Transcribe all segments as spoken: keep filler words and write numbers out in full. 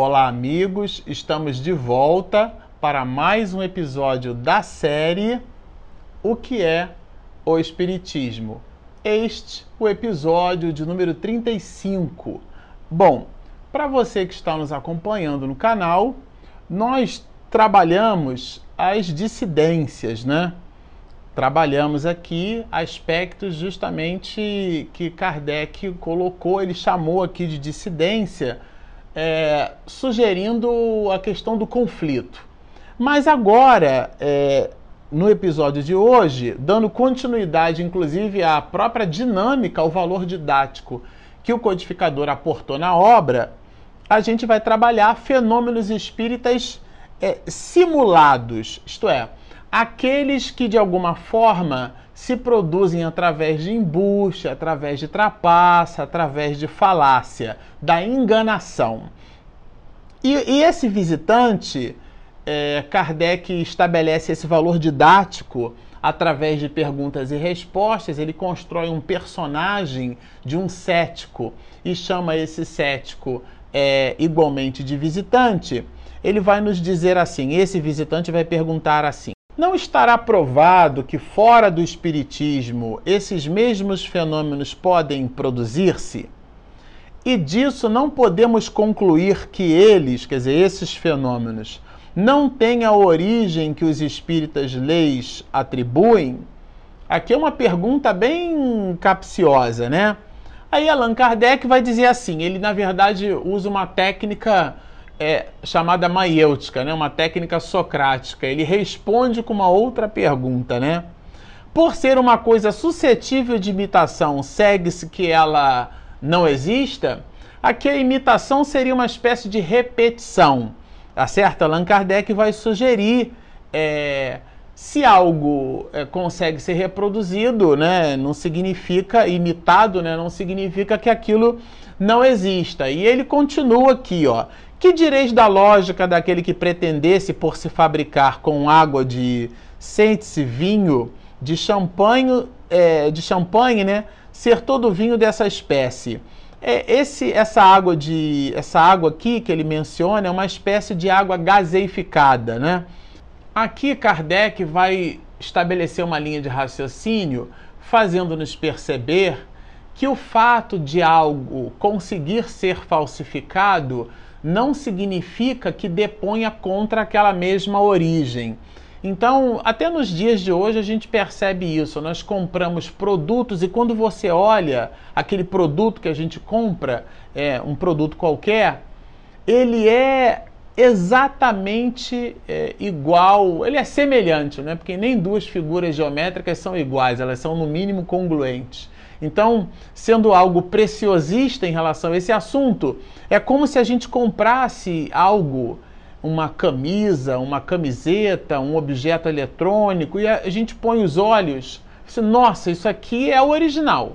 Olá, amigos! Estamos de volta para mais um episódio da série O que é o Espiritismo? Este o episódio de número trinta e cinco. Bom, para você que está nos acompanhando no canal, nós trabalhamos as dissidências, né? Trabalhamos aqui aspectos justamente que Kardec colocou, ele chamou aqui de dissidência, é, sugerindo a questão do conflito. Mas agora, é, no episódio de hoje, dando continuidade inclusive à própria dinâmica, ao valor didático que o codificador aportou na obra, a gente vai trabalhar fenômenos espíritas é, simulados, isto é, aqueles que de alguma forma se produzem através de embuste, através de trapaça, através de falácia, da enganação. E, e esse visitante, é, Kardec estabelece esse valor didático através de perguntas e respostas. Ele constrói um personagem de um cético e chama esse cético é, igualmente de visitante. Ele vai nos dizer assim, esse visitante vai perguntar assim: não estará provado que fora do espiritismo esses mesmos fenômenos podem produzir-se? E disso não podemos concluir que eles, quer dizer, esses fenômenos, não têm a origem que os espíritas lhes atribuem? Aqui é uma pergunta bem capciosa, né? Aí Allan Kardec vai dizer assim, ele na verdade usa uma técnica É, chamada maiêutica, né? Uma técnica socrática. Ele responde com uma outra pergunta, né? Por ser uma coisa suscetível de imitação, segue-se que ela não exista? Aqui a imitação seria uma espécie de repetição, tá certo? Allan Kardec vai sugerir é, se algo é, consegue ser reproduzido, né? Não significa imitado, né? Não significa que aquilo não exista. E ele continua aqui, ó. Que direis da lógica daquele que pretendesse, por se fabricar com água de sente-se vinho, de champanhe, é, de champanhe, né, ser todo vinho dessa espécie? É, esse, essa água de, essa água aqui que ele menciona é uma espécie de água gaseificada, né? Aqui Kardec vai estabelecer uma linha de raciocínio, fazendo-nos perceber que o fato de algo conseguir ser falsificado não significa que deponha contra aquela mesma origem. Então, até nos dias de hoje a gente percebe isso. Nós compramos produtos e quando você olha aquele produto que a gente compra, é, um produto qualquer, ele é exatamente é, igual, ele é semelhante, né? Porque nem duas figuras geométricas são iguais, elas são no mínimo congruentes. Então, sendo algo preciosista em relação a esse assunto, é como se a gente comprasse algo, uma camisa, uma camiseta, um objeto eletrônico, e a gente põe os olhos, e diz, nossa, isso aqui é o original.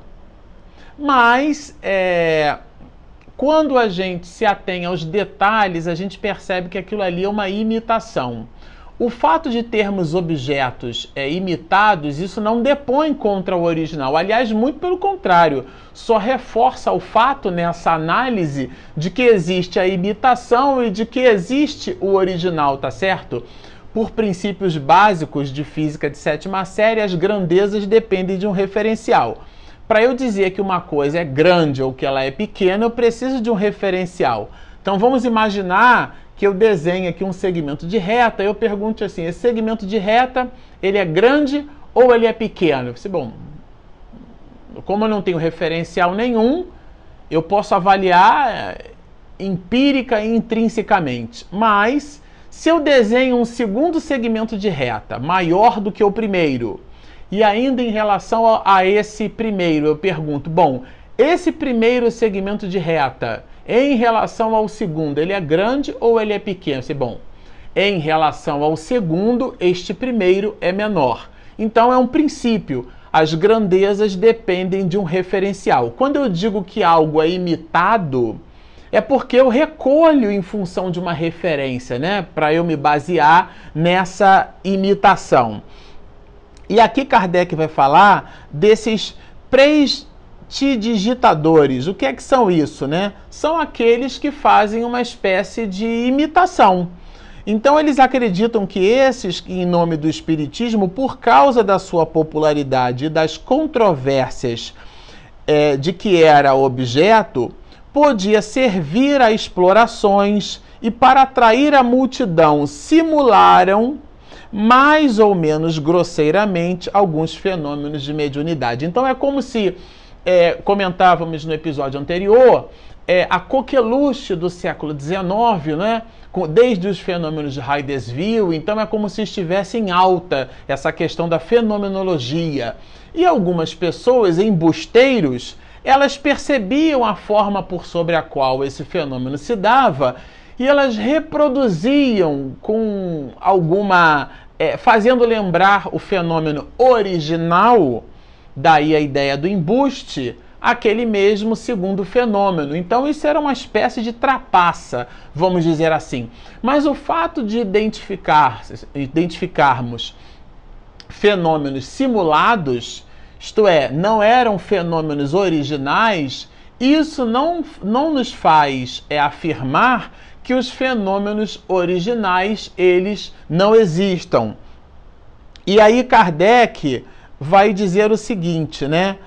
Mas, é, quando a gente se atém aos detalhes, a gente percebe que aquilo ali é uma imitação. O fato de termos objetos é, imitados, isso não depõe contra o original. Aliás, muito pelo contrário, só reforça o fato nessa análise de que existe a imitação e de que existe o original, tá certo? Por princípios básicos de física de sétima série, as grandezas dependem de um referencial. Para eu dizer que uma coisa é grande ou que ela é pequena, eu preciso de um referencial. Então vamos imaginar que eu desenho aqui um segmento de reta, eu pergunto assim, esse segmento de reta, ele é grande ou ele é pequeno? Eu disse, bom, como eu não tenho referencial nenhum, eu posso avaliar empírica e intrinsecamente. Mas, se eu desenho um segundo segmento de reta, maior do que o primeiro, e ainda em relação a, a esse primeiro, eu pergunto, bom, esse primeiro segmento de reta, em relação ao segundo, ele é grande ou ele é pequeno? Bom, em relação ao segundo, este primeiro é menor. Então é um princípio. As grandezas dependem de um referencial. Quando eu digo que algo é imitado, é porque eu recolho em função de uma referência, né? Para eu me basear nessa imitação. E aqui Kardec vai falar desses três prestidigitadores. O que é que são isso, né? São aqueles que fazem uma espécie de imitação. Então eles acreditam que esses, em nome do espiritismo, por causa da sua popularidade e das controvérsias é, de que era objeto, podia servir a explorações e, para atrair a multidão, simularam mais ou menos grosseiramente alguns fenômenos de mediunidade. Então é como se, é, comentávamos no episódio anterior, é, a coqueluche do século dezenove, né, desde os fenômenos de Hydesville, então é como se estivesse em alta essa questão da fenomenologia. E algumas pessoas, embusteiros, elas percebiam a forma por sobre a qual esse fenômeno se dava e elas reproduziam com alguma... É, fazendo lembrar o fenômeno original, daí a ideia do embuste, aquele mesmo segundo fenômeno. Então isso era uma espécie de trapaça, vamos dizer assim. Mas o fato de identificar, identificarmos fenômenos simulados, isto é, não eram fenômenos originais, isso não, não nos faz é, afirmar que os fenômenos originais, eles não existam. E aí Kardec vai dizer o seguinte, né?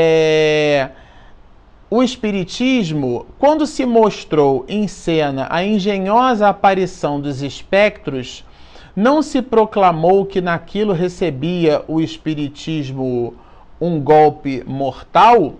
É, o Espiritismo, quando se mostrou em cena a engenhosa aparição dos espectros, não se proclamou que naquilo recebia o Espiritismo um golpe mortal?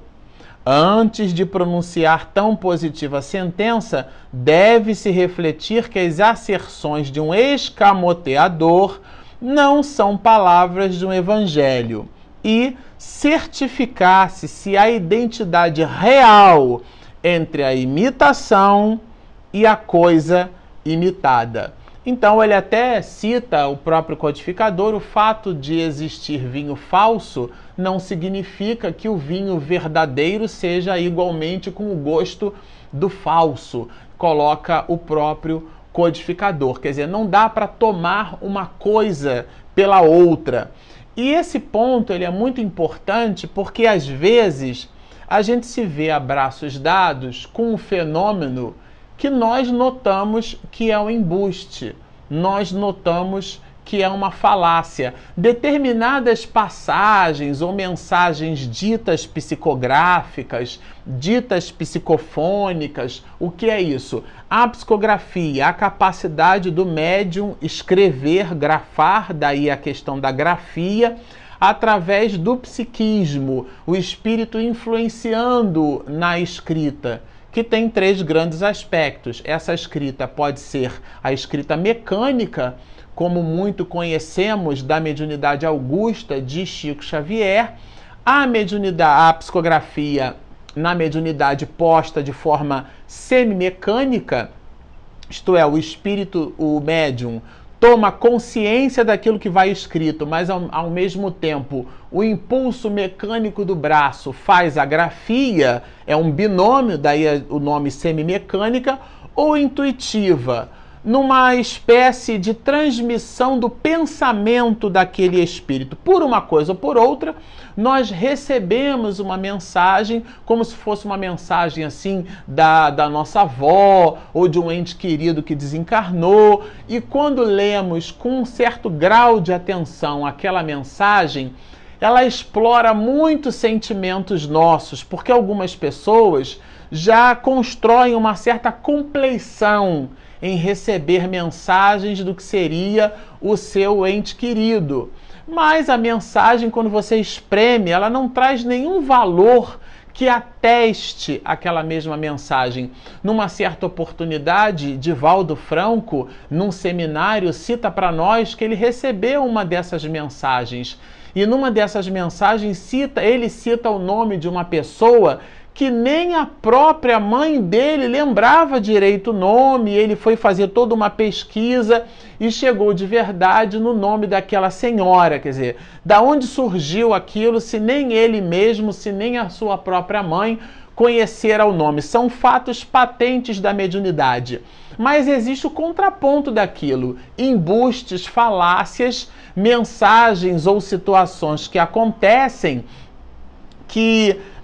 Antes de pronunciar tão positiva sentença, deve-se refletir que as asserções de um escamoteador não são palavras de um evangelho e certificar-se se a identidade real entre a imitação e a coisa imitada. Então ele até cita, o próprio codificador, o fato de existir vinho falso não significa que o vinho verdadeiro seja igualmente com o gosto do falso. Coloca o próprio codificador. Quer dizer, não dá para tomar uma coisa pela outra. E esse ponto ele é muito importante porque às vezes a gente se vê a braços dados com um fenômeno que nós notamos que é um embuste, nós notamos que é uma falácia. Determinadas passagens ou mensagens ditas psicográficas, ditas psicofônicas, o que é isso? A psicografia, a capacidade do médium escrever, grafar, daí a questão da grafia, através do psiquismo, o espírito influenciando na escrita, que tem três grandes aspectos. Essa escrita pode ser a escrita mecânica, como muito conhecemos da mediunidade augusta de Chico Xavier, a mediunidade, a psicografia na mediunidade posta de forma semimecânica, isto é, o espírito, o médium, toma consciência daquilo que vai escrito, mas ao, ao mesmo tempo o impulso mecânico do braço faz a grafia, é um binômio, daí o nome semimecânica, ou intuitiva, numa espécie de transmissão do pensamento daquele espírito. Por uma coisa ou por outra, nós recebemos uma mensagem, como se fosse uma mensagem assim da, da nossa avó ou de um ente querido que desencarnou, e quando lemos com um certo grau de atenção aquela mensagem, ela explora muitos sentimentos nossos, porque algumas pessoas já constroem uma certa compleição em receber mensagens do que seria o seu ente querido. Mas a mensagem, quando você espreme, ela não traz nenhum valor que ateste aquela mesma mensagem. Numa certa oportunidade, Divaldo Franco, num seminário, cita para nós que ele recebeu uma dessas mensagens. E numa dessas mensagens, cita, ele cita o nome de uma pessoa que nem a própria mãe dele lembrava direito o nome. Ele foi fazer toda uma pesquisa e chegou de verdade no nome daquela senhora. Quer dizer, da onde surgiu aquilo, se nem ele mesmo, se nem a sua própria mãe conhecera o nome? São fatos patentes da mediunidade. Mas existe o contraponto daquilo: embustes, falácias, mensagens ou situações que acontecem que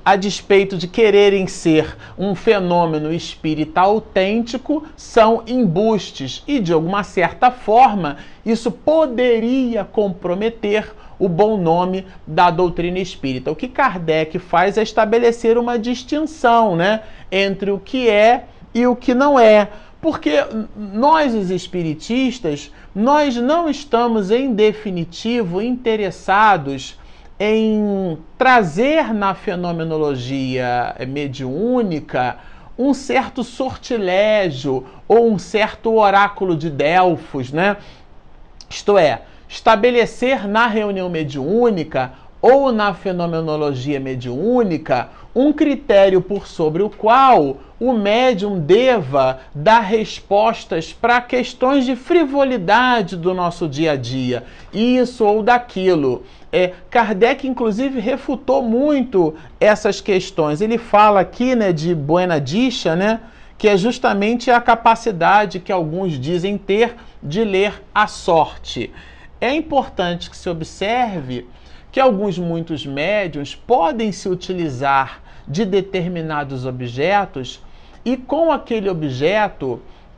a despeito de quererem ser um fenômeno espírita autêntico, são embustes e, de alguma certa forma, isso poderia comprometer o bom nome da doutrina espírita. O que Kardec faz é estabelecer uma distinção, né, entre o que é e o que não é. Porque nós, os espiritistas, nós não estamos, em definitivo, interessados em trazer na fenomenologia mediúnica um certo sortilégio ou um certo oráculo de Delfos, né? Isto é, estabelecer na reunião mediúnica ou na fenomenologia mediúnica um critério por sobre o qual o médium deva dar respostas para questões de frivolidade do nosso dia a dia, isso ou daquilo. É, Kardec, inclusive, refutou muito essas questões. Ele fala aqui, né, de buena dicha, né, que é justamente a capacidade que alguns dizem ter de ler a sorte. É importante que se observe que alguns, muitos médiuns podem se utilizar de determinados objetos e com aquele objeto,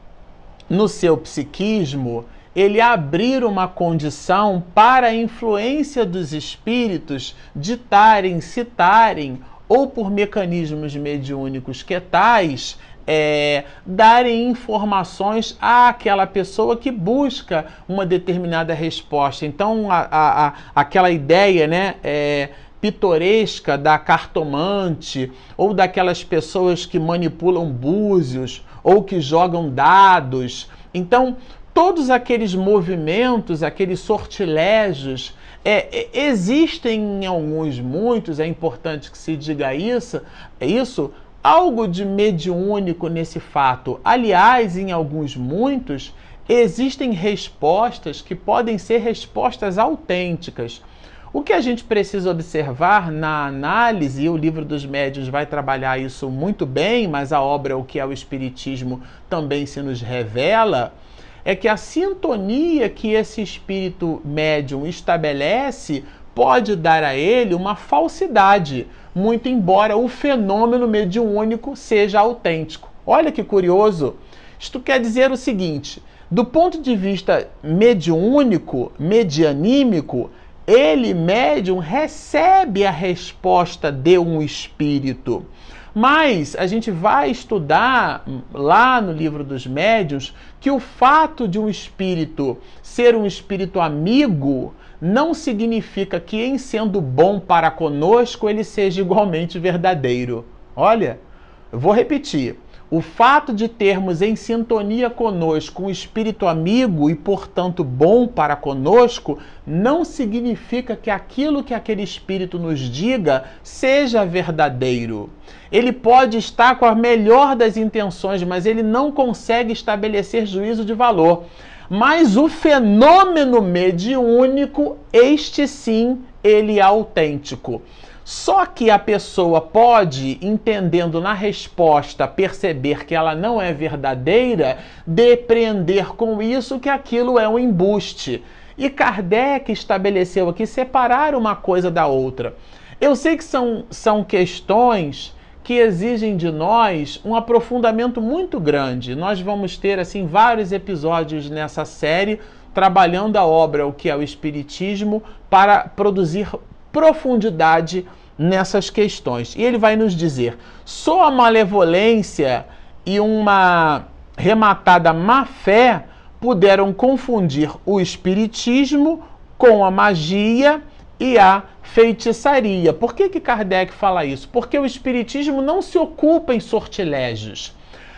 no seu psiquismo, ele abrir uma condição para a influência dos espíritos ditarem, citarem, ou por mecanismos mediúnicos que tais, é, darem informações àquela pessoa que busca uma determinada resposta. Então, a, a, a, aquela ideia, né, é, pitoresca da cartomante, ou daquelas pessoas que manipulam búzios, ou que jogam dados. Então, todos aqueles movimentos, aqueles sortilégios, é, é, existem em alguns, muitos, é importante que se diga isso, é isso, algo de mediúnico nesse fato. Aliás, em alguns, muitos, existem respostas que podem ser respostas autênticas. O que a gente precisa observar na análise, e o Livro dos Médiuns vai trabalhar isso muito bem, mas a obra O que é o Espiritismo também se nos revela, é que a sintonia que esse espírito médium estabelece pode dar a ele uma falsidade, muito embora o fenômeno mediúnico seja autêntico. Olha que curioso! Isto quer dizer o seguinte, do ponto de vista mediúnico, medianímico, ele, médium, recebe a resposta de um espírito. Mas a gente vai estudar lá no Livro dos Médiuns que o fato de um espírito ser um espírito amigo não significa que, em sendo bom para conosco, ele seja igualmente verdadeiro. Olha, eu vou repetir. O fato de termos em sintonia conosco um espírito amigo e, portanto, bom para conosco, não significa que aquilo que aquele espírito nos diga seja verdadeiro. Ele pode estar com a melhor das intenções, mas ele não consegue estabelecer juízo de valor. Mas o fenômeno mediúnico, este sim, ele é autêntico. Só que a pessoa pode, entendendo na resposta, perceber que ela não é verdadeira, depreender com isso que aquilo é um embuste. E Kardec estabeleceu aqui separar uma coisa da outra. Eu sei que são, são questões que exigem de nós um aprofundamento muito grande. Nós vamos ter assim vários episódios nessa série, trabalhando a obra O que é o Espiritismo, para produzir profundidade nessas questões. E ele vai nos dizer, só a malevolência e uma rematada má-fé puderam confundir o espiritismo com a magia e a feitiçaria. Por que que Kardec fala isso? Porque o espiritismo não se ocupa em sortilégios.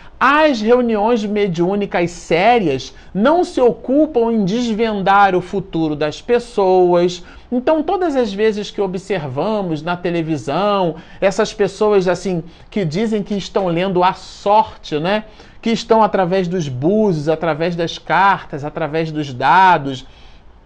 As reuniões mediúnicas sérias não se ocupam em desvendar o futuro das pessoas. Então, todas as vezes que observamos na televisão, essas pessoas assim que dizem que estão lendo a sorte, né? Que estão através dos búzios, através das cartas, através dos dados,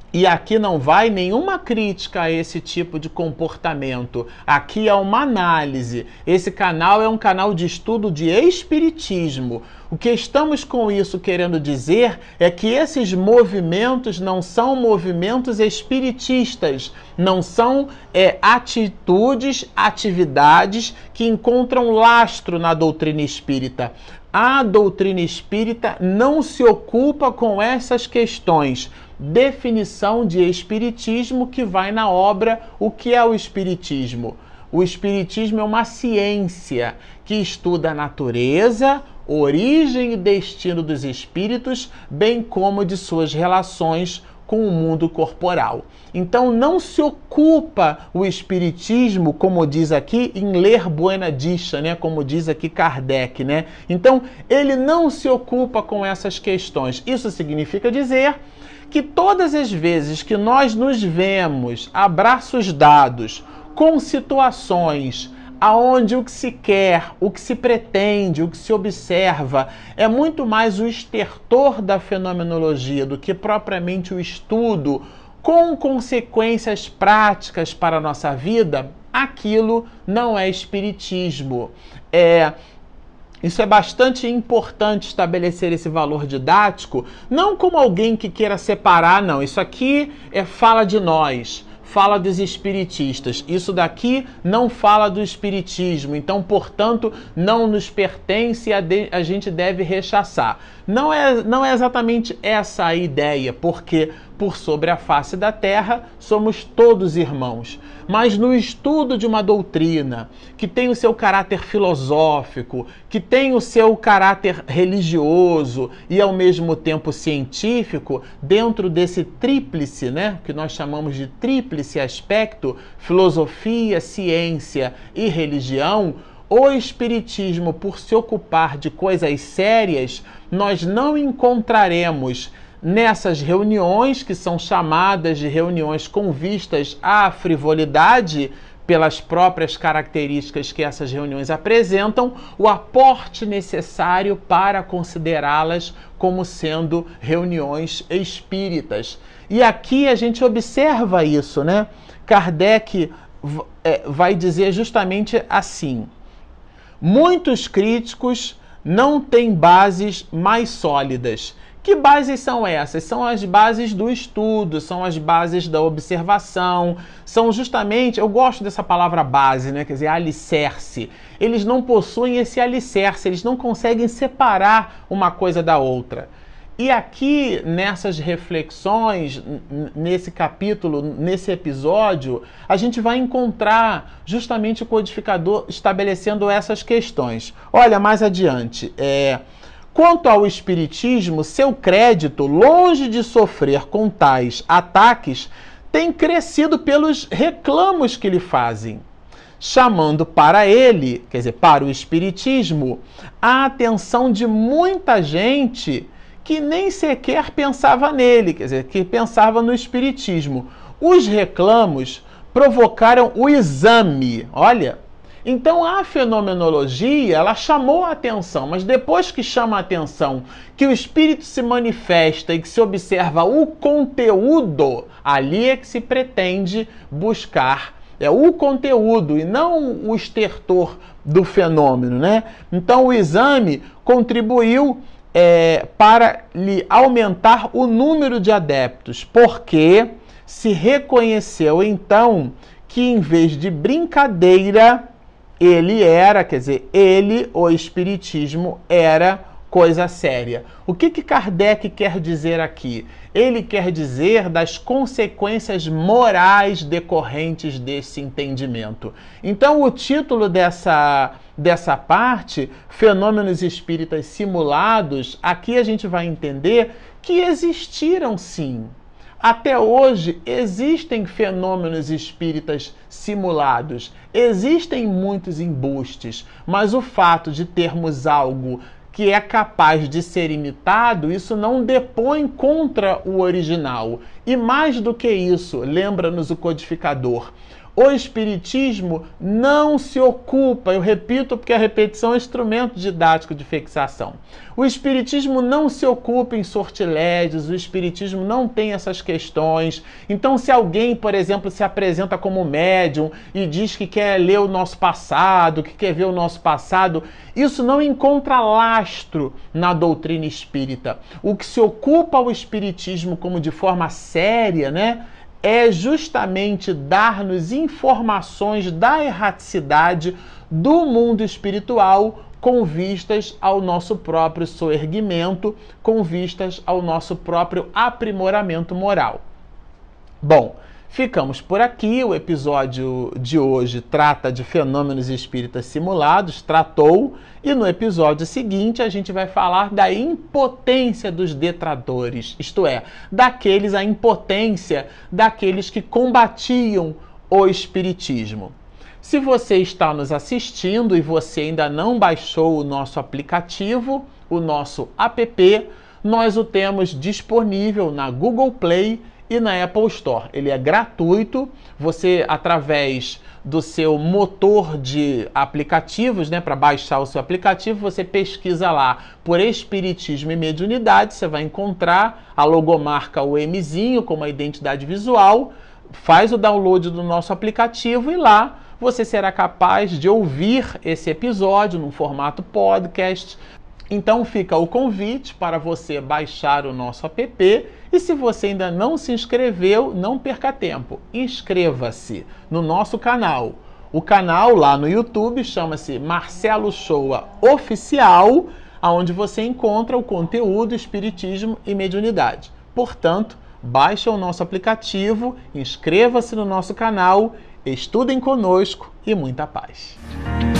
E aqui não vai nenhuma crítica a esse tipo de comportamento. Aqui é uma análise. Esse canal é um canal de estudo de espiritismo. O que estamos com isso querendo dizer é que esses movimentos não são movimentos espiritistas, não são é, atitudes, atividades que encontram lastro na doutrina espírita. A doutrina espírita não se ocupa com essas questões. Definição de espiritismo que vai na obra O que é o Espiritismo? O Espiritismo é uma ciência que estuda a natureza, origem e destino dos espíritos, bem como de suas relações com o mundo corporal. Então não se ocupa o Espiritismo, como diz aqui, em ler buena dicha, né? Como diz aqui Kardec, né? Então ele não se ocupa com essas questões. Isso significa dizer que todas as vezes que nós nos vemos abraços dados com situações aonde o que se quer, o que se pretende, o que se observa é muito mais o estertor da fenomenologia do que propriamente o estudo com consequências práticas para a nossa vida, aquilo não é espiritismo. É... Isso é bastante importante estabelecer esse valor didático, não como alguém que queira separar, não. Isso aqui é fala de nós, fala dos espiritistas. Isso daqui não fala do espiritismo, então, portanto, não nos pertence e a, de, a gente deve rechaçar. Não é, não é exatamente essa a ideia, porque por sobre a face da terra somos todos irmãos. Mas no estudo de uma doutrina que tem o seu caráter filosófico, que tem o seu caráter religioso e ao mesmo tempo científico, dentro desse tríplice, né, que nós chamamos de tríplice aspecto, filosofia, ciência e religião, o espiritismo, por se ocupar de coisas sérias, nós não encontraremos nessas reuniões, que são chamadas de reuniões com vistas à frivolidade, pelas próprias características que essas reuniões apresentam, o aporte necessário para considerá-las como sendo reuniões espíritas. E aqui a gente observa isso, né? Kardec é, vai dizer justamente assim: muitos críticos não têm bases mais sólidas. Que bases são essas? São as bases do estudo, são as bases da observação, são justamente, eu gosto dessa palavra base, né? Quer dizer, alicerce. Eles não possuem esse alicerce, eles não conseguem separar uma coisa da outra. E aqui, nessas reflexões, nesse capítulo, nesse episódio, a gente vai encontrar justamente o codificador estabelecendo essas questões. Olha, mais adiante, é... quanto ao espiritismo, seu crédito, longe de sofrer com tais ataques, tem crescido pelos reclamos que lhe fazem, chamando para ele, quer dizer, para o espiritismo, a atenção de muita gente que nem sequer pensava nele, quer dizer, que pensava no espiritismo. Os reclamos provocaram o exame, olha. Então a fenomenologia, ela chamou a atenção, mas depois que chama a atenção que o espírito se manifesta e que se observa o conteúdo, ali é que se pretende buscar é o conteúdo e não o estertor do fenômeno, né? Então o exame contribuiu é, para lhe aumentar o número de adeptos, porque se reconheceu então que em vez de brincadeira, ele era, quer dizer, ele, o espiritismo, era coisa séria. O que que Kardec quer dizer aqui? Ele quer dizer das consequências morais decorrentes desse entendimento. Então, o título dessa, dessa parte, Fenômenos Espíritas Simulados, aqui a gente vai entender que existiram sim. Até hoje existem fenômenos espíritas simulados, existem muitos embustes, mas o fato de termos algo que é capaz de ser imitado, isso não depõe contra o original. E mais do que isso, lembra-nos o codificador, O Espiritismo não se ocupa, eu repito porque a repetição é instrumento didático de fixação. O Espiritismo não se ocupa em sortilégios, o Espiritismo não tem essas questões. Então, se alguém, por exemplo, se apresenta como médium e diz que quer ler o nosso passado, que quer ver o nosso passado, isso não encontra lastro na doutrina espírita. O que se ocupa o Espiritismo como de forma séria, né? É justamente dar-nos informações da erraticidade do mundo espiritual com vistas ao nosso próprio soerguimento, com vistas ao nosso próprio aprimoramento moral. Bom, ficamos por aqui. O episódio de hoje trata de fenômenos espíritas simulados, tratou, e no episódio seguinte a gente vai falar da impotência dos detratores, isto é, daqueles, a impotência daqueles que combatiam o espiritismo. Se você está nos assistindo e você ainda não baixou o nosso aplicativo, o nosso app, nós o temos disponível na Google Play e na Apple Store. Ele é gratuito, você, através do seu motor de aplicativos, né, para baixar o seu aplicativo, você pesquisa lá por Espiritismo e Mediunidade, você vai encontrar a logomarca, o Mzinho, como a identidade visual, faz o download do nosso aplicativo e lá você será capaz de ouvir esse episódio no formato podcast. Então fica o convite para você baixar o nosso app, e se você ainda não se inscreveu, não perca tempo, inscreva-se no nosso canal. O canal lá no YouTube chama-se Marcelo Shoa Oficial, onde você encontra o conteúdo Espiritismo e Mediunidade. Portanto, baixe o nosso aplicativo, inscreva-se no nosso canal, estudem conosco e muita paz.